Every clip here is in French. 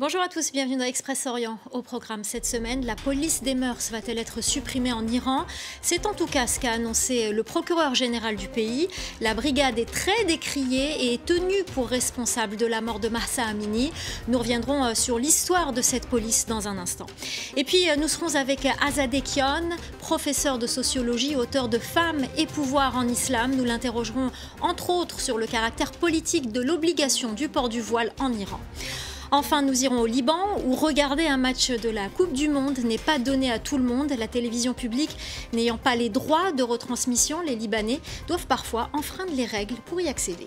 Bonjour à tous, bienvenue dans Express Orient. Au programme cette semaine, la police des mœurs va-t-elle être supprimée en Iran? C'est en tout cas ce qu'a annoncé le procureur général du pays. La brigade est très décriée et est tenue pour responsable de la mort de Mahsa Amini. Nous reviendrons sur l'histoire de cette police dans un instant. Et puis nous serons avec Azadeh Kian, professeur de sociologie, auteur de Femmes et pouvoir en islam. Nous l'interrogerons entre autres sur le caractère politique de l'obligation du port du voile en Iran. Enfin, nous irons au Liban où regarder un match de la Coupe du Monde n'est pas donné à tout le monde. La télévision publique n'ayant pas les droits de retransmission, les Libanais doivent parfois enfreindre les règles pour y accéder.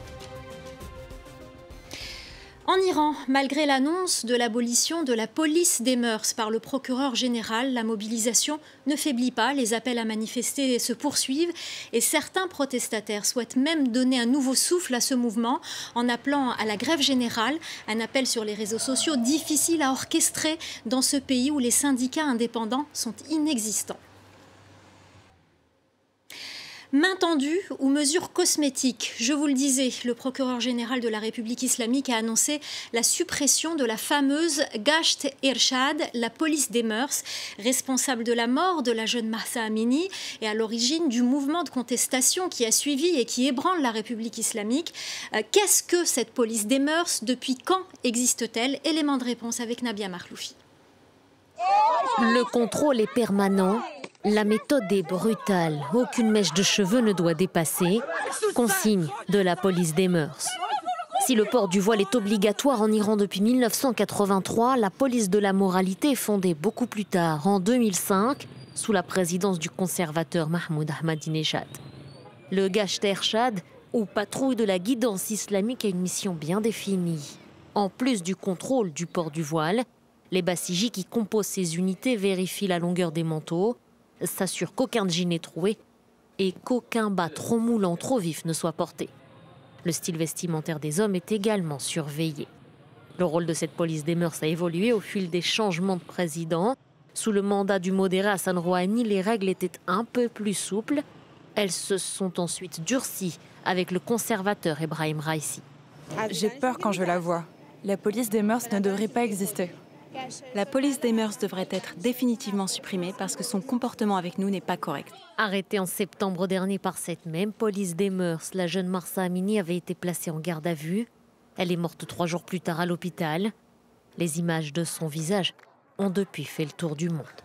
En Iran, malgré l'annonce de l'abolition de la police des mœurs par le procureur général, la mobilisation ne faiblit pas, les appels à manifester se poursuivent et certains protestataires souhaitent même donner un nouveau souffle à ce mouvement en appelant à la grève générale, un appel sur les réseaux sociaux difficile à orchestrer dans ce pays où les syndicats indépendants sont inexistants. Main tendue ou mesures cosmétiques, je vous le disais, le procureur général de la République islamique a annoncé la suppression de la fameuse Gasht Irshad, la police des mœurs, responsable de la mort de la jeune Mahsa Amini et à l'origine du mouvement de contestation qui a suivi et qui ébranle la République islamique. Qu'est-ce que cette police des mœurs? Depuis quand existe-t-elle? Élément de réponse avec Nabia Marloufi. Le contrôle est permanent. La méthode est brutale, aucune mèche de cheveux ne doit dépasser, consigne de la police des mœurs. Si le port du voile est obligatoire en Iran depuis 1983, la police de la moralité est fondée beaucoup plus tard, en 2005, sous la présidence du conservateur Mahmoud Ahmadinejad. Le Gasht Irshad, ou patrouille de la guidance islamique, a une mission bien définie. En plus du contrôle du port du voile, les bassijis qui composent ces unités vérifient la longueur des manteaux, s'assure qu'aucun djinn n'est troué et qu'aucun bas trop moulant, trop vif ne soit porté. Le style vestimentaire des hommes est également surveillé. Le rôle de cette police des mœurs a évolué au fil des changements de président. Sous le mandat du modéré Hassan Rouhani, les règles étaient un peu plus souples. Elles se sont ensuite durcies avec le conservateur Ebrahim Raisi. J'ai peur quand je la vois. La police des mœurs ne devrait pas exister. La police des mœurs devrait être définitivement supprimée parce que son comportement avec nous n'est pas correct. Arrêtée en septembre dernier par cette même police des mœurs, la jeune Mahsa Amini avait été placée en garde à vue. Elle est morte 3 jours plus tard à l'hôpital. Les images de son visage ont depuis fait le tour du monde.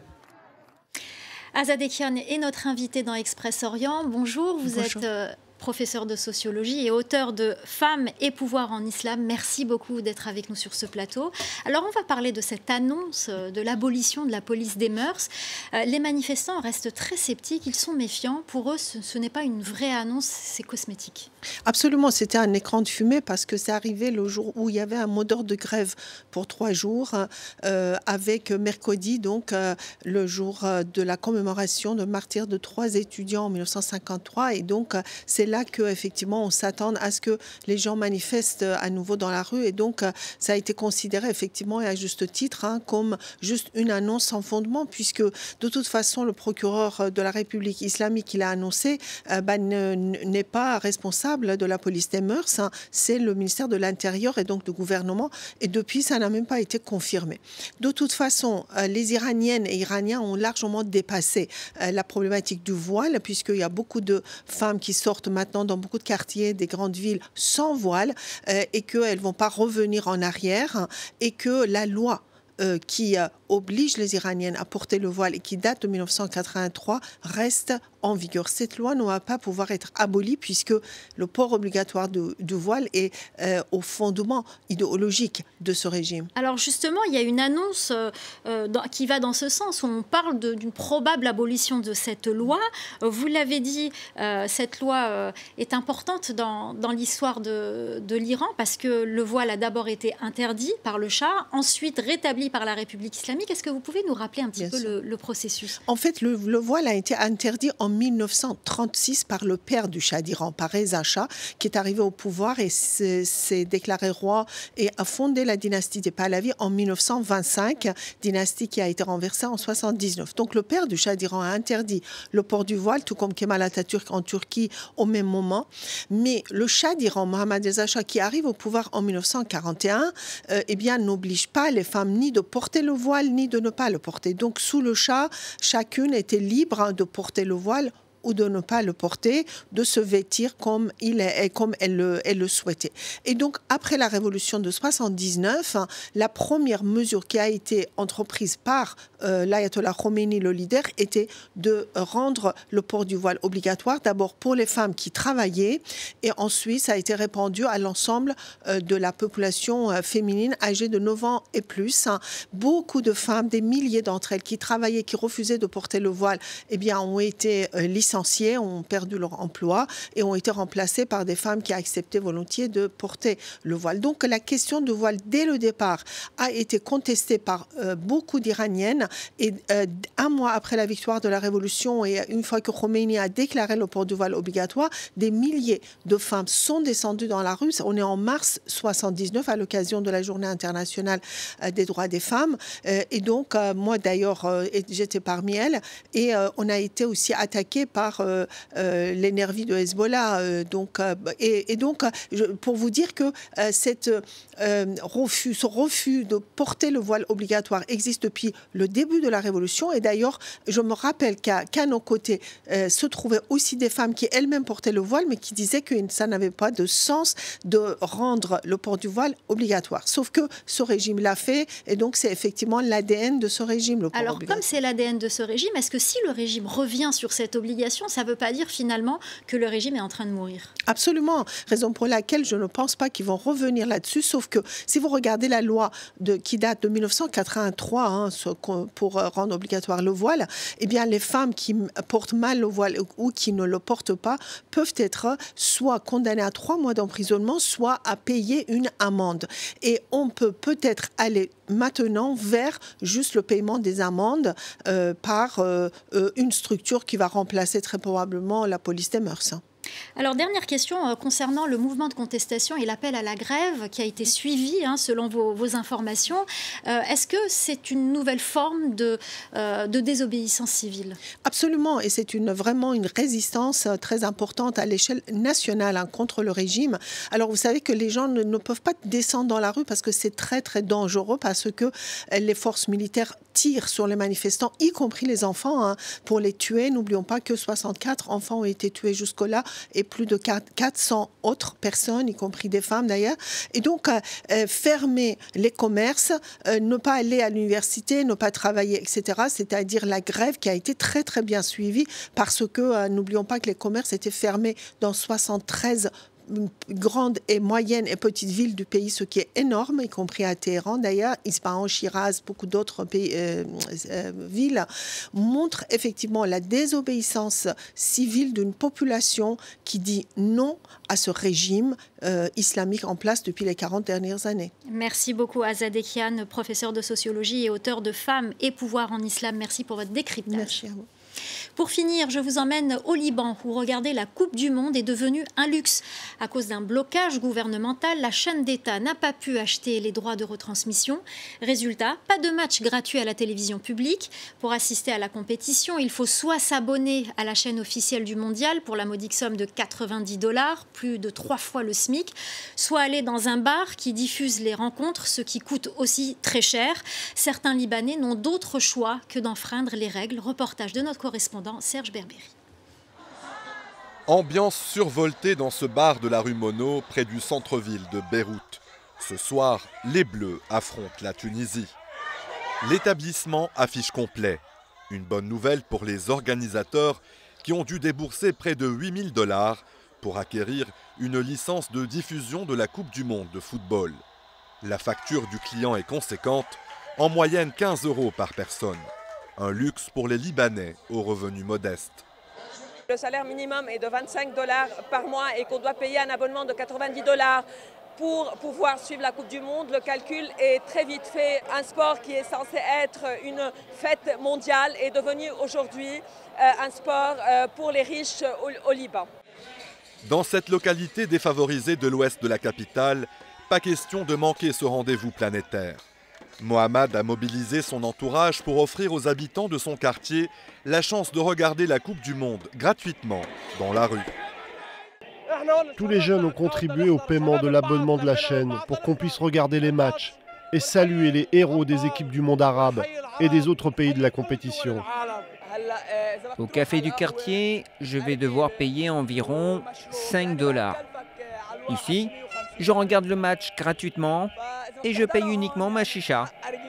Azadeh Kian est notre invité dans Express Orient. Bonjour, vous Bonjour. êtes professeur de sociologie et auteur de Femmes et pouvoir en islam. Merci beaucoup d'être avec nous sur ce plateau. Alors on va parler de cette annonce de l'abolition de la police des mœurs. Les manifestants restent très sceptiques, ils sont méfiants. Pour eux, ce n'est pas une vraie annonce, c'est cosmétique. Absolument, c'était un écran de fumée parce que c'est arrivé le jour où il y avait un mot d'ordre de grève pour 3 jours, avec mercredi, donc le jour de la commémoration de martyrs de 3 étudiants en 1953. Et donc c'est là qu'effectivement on s'attend à ce que les gens manifestent à nouveau dans la rue. Et donc ça a été considéré effectivement et à juste titre comme juste une annonce sans fondement, puisque de toute façon le procureur de la République islamique qui l'a annoncé n'est pas responsable de la police des mœurs, c'est le ministère de l'Intérieur et donc du gouvernement, et depuis ça n'a même pas été confirmé. De toute façon, les Iraniennes et Iraniens ont largement dépassé la problématique du voile, puisqu'il y a beaucoup de femmes qui sortent maintenant dans beaucoup de quartiers des grandes villes sans voile, et qu'elles ne vont pas revenir en arrière, et que la loi qui oblige les Iraniennes à porter le voile et qui date de 1983 reste en vigueur. Cette loi ne va pas pouvoir être abolie puisque le port obligatoire du voile est au fondement idéologique de ce régime. Alors justement, il y a une annonce qui va dans ce sens où on parle d'une probable abolition de cette loi. Vous l'avez dit, cette loi est importante dans l'histoire de l'Iran parce que le voile a d'abord été interdit par le Shah, ensuite rétabli par la République islamique islamique. Est-ce que vous pouvez nous rappeler un petit peu le processus? En fait, le voile a été interdit en 1936 par le père du Shah d'Iran, par Reza Shah, qui est arrivé au pouvoir et s'est déclaré roi et a fondé la dynastie des Pahlavis en 1925, dynastie qui a été renversée en 1979. Donc le père du Shah d'Iran a interdit le port du voile, tout comme Kemal Atatürk en Turquie au même moment. Mais le Shah d'Iran, Mohammad Reza Shah, qui arrive au pouvoir en 1941, eh bien, n'oblige pas les femmes ni de porter le voile, ni de ne pas le porter. Donc sous le Shah, chacune était libre de porter le voile ou de ne pas le porter, de se vêtir comme elle le souhaitait. Et donc, après la révolution de 79, la première mesure qui a été entreprise par l'ayatollah Khomeini, le leader, était de rendre le port du voile obligatoire, d'abord pour les femmes qui travaillaient, et ensuite, ça a été répandu à l'ensemble de la population féminine âgée de 9 ans et plus. Beaucoup de femmes, des milliers d'entre elles qui travaillaient, qui refusaient de porter le voile, eh bien, ont été licenciées, ont perdu leur emploi et ont été remplacées par des femmes qui acceptaient volontiers de porter le voile. Donc la question du voile, dès le départ, a été contestée par beaucoup d'Iraniennes. Et un mois après la victoire de la Révolution et une fois que Khomeini a déclaré le port du voile obligatoire, des milliers de femmes sont descendues dans la rue. On est en mars 79 à l'occasion de la Journée internationale des droits des femmes. Et donc, moi d'ailleurs, j'étais parmi elles. Et on a été aussi attaqué par les nervis de Hezbollah. Pour vous dire que ce refus de porter le voile obligatoire existe depuis le début de la Révolution. Et d'ailleurs, je me rappelle qu'à nos côtés se trouvaient aussi des femmes qui elles-mêmes portaient le voile, mais qui disaient que ça n'avait pas de sens de rendre le port du voile obligatoire. Sauf que ce régime l'a fait, et donc c'est effectivement l'ADN de ce régime, le port Alors, obligatoire. comme c'est l'ADN de ce régime, est-ce que si le régime revient sur cette obligation, ça ne veut pas dire finalement que le régime est en train de mourir? Absolument. Raison pour laquelle je ne pense pas qu'ils vont revenir là-dessus, sauf que si vous regardez la loi qui date de 1983 pour rendre obligatoire le voile, eh bien les femmes qui portent mal le voile ou qui ne le portent pas peuvent être soit condamnées à 3 mois d'emprisonnement, soit à payer une amende. Et on peut peut-être aller maintenant vers juste le paiement des amendes par une structure qui va remplacer très probablement la police des mœurs. Alors, dernière question concernant le mouvement de contestation et l'appel à la grève qui a été suivi, selon vos informations. Est-ce que c'est une nouvelle forme de désobéissance civile? Absolument, et c'est vraiment une résistance très importante à l'échelle nationale contre le régime. Alors, vous savez que les gens ne peuvent pas descendre dans la rue parce que c'est très, très dangereux, parce que les forces militaires tirent sur les manifestants, y compris les enfants, pour les tuer. N'oublions pas que 64 enfants ont été tués jusque-là et plus de 400 autres personnes, y compris des femmes d'ailleurs. Et donc, fermer les commerces, ne pas aller à l'université, ne pas travailler, etc., c'est-à-dire la grève qui a été très, très bien suivie parce que, n'oublions pas que les commerces étaient fermés dans 73 grandes et moyennes et petites villes du pays, ce qui est énorme, y compris à Téhéran d'ailleurs, Ispahan, Shiraz, beaucoup d'autres villes, montre effectivement la désobéissance civile d'une population qui dit non à ce régime islamique en place depuis les 40 dernières années. Merci beaucoup Azadeh Kian, professeur de sociologie et auteur de Femmes et pouvoir en islam. Merci pour votre décryptage. Merci à vous. Pour finir, je vous emmène au Liban où regarder la Coupe du Monde est devenue un luxe. À cause d'un blocage gouvernemental, la chaîne d'État n'a pas pu acheter les droits de retransmission. Résultat, pas de match gratuit à la télévision publique. Pour assister à la compétition, il faut soit s'abonner à la chaîne officielle du mondial pour la modique somme de $90, plus de 3 fois le SMIC, soit aller dans un bar qui diffuse les rencontres, ce qui coûte aussi très cher. Certains Libanais n'ont d'autre choix que d'enfreindre les règles. Reportage de notre correspondant Serge Berberi. Ambiance survoltée dans ce bar de la rue Monod, près du centre-ville de Beyrouth. Ce soir, les Bleus affrontent la Tunisie. L'établissement affiche complet. Une bonne nouvelle pour les organisateurs qui ont dû débourser près de $8000 pour acquérir une licence de diffusion de la Coupe du Monde de football. La facture du client est conséquente, en moyenne 15 € par personne. Un luxe pour les Libanais aux revenus modestes. Le salaire minimum est de $25 par mois et qu'on doit payer un abonnement de $90 pour pouvoir suivre la Coupe du Monde. Le calcul est très vite fait. Un sport qui est censé être une fête mondiale est devenu aujourd'hui un sport pour les riches au Liban. Dans cette localité défavorisée de l'ouest de la capitale, pas question de manquer ce rendez-vous planétaire. Mohamed a mobilisé son entourage pour offrir aux habitants de son quartier la chance de regarder la Coupe du Monde gratuitement dans la rue. Tous les jeunes ont contribué au paiement de l'abonnement de la chaîne pour qu'on puisse regarder les matchs et saluer les héros des équipes du monde arabe et des autres pays de la compétition. Au café du quartier, je vais devoir payer environ 5 $. Ici, je regarde le match gratuitement et je paye uniquement ma chicha.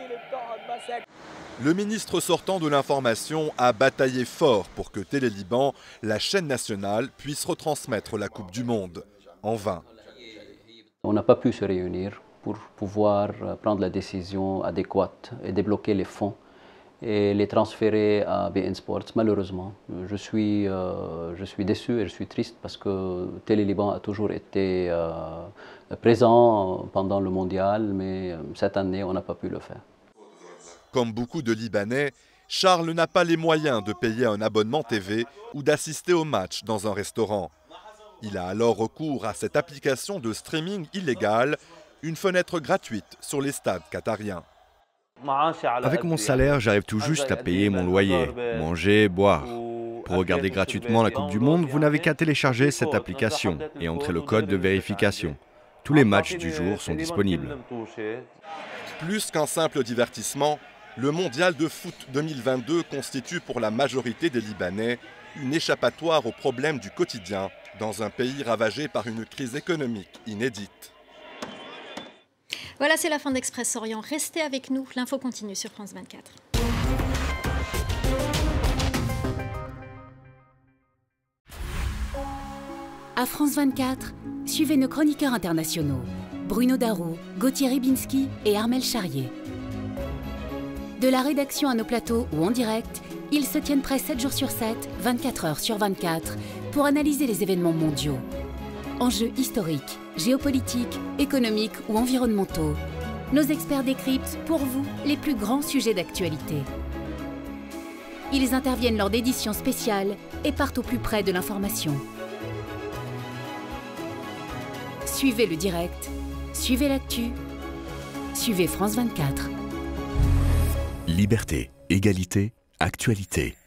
Le ministre sortant de l'information a bataillé fort pour que Télé Liban, la chaîne nationale, puisse retransmettre la Coupe du Monde. En vain. On n'a pas pu se réunir pour pouvoir prendre la décision adéquate et débloquer les fonds et les transférer à beIN Sports. Malheureusement, je suis déçu et je suis triste parce que Télé Liban a toujours été présent pendant le mondial, mais cette année, on n'a pas pu le faire. Comme beaucoup de Libanais, Charles n'a pas les moyens de payer un abonnement TV ou d'assister au match dans un restaurant. Il a alors recours à cette application de streaming illégale, une fenêtre gratuite sur les stades qatariens. Avec mon salaire, j'arrive tout juste à payer mon loyer, manger, boire. Pour regarder gratuitement la Coupe du Monde, vous n'avez qu'à télécharger cette application et entrer le code de vérification. Tous les matchs du jour sont disponibles. Plus qu'un simple divertissement, le mondial de foot 2022 constitue pour la majorité des Libanais une échappatoire aux problèmes du quotidien dans un pays ravagé par une crise économique inédite. Voilà, c'est la fin d'Express Orient. Restez avec nous, l'info continue sur France 24. À France 24, suivez nos chroniqueurs internationaux, Bruno Darou, Gauthier Ribinski et Armel Charrier. De la rédaction à nos plateaux ou en direct, ils se tiennent prêts 7 jours sur 7, 24 heures sur 24, pour analyser les événements mondiaux. Enjeux historiques, géopolitiques, économiques ou environnementaux, nos experts décryptent pour vous les plus grands sujets d'actualité. Ils interviennent lors d'éditions spéciales et partent au plus près de l'information. Suivez le direct, suivez l'actu, suivez France 24. Liberté, égalité, actualité.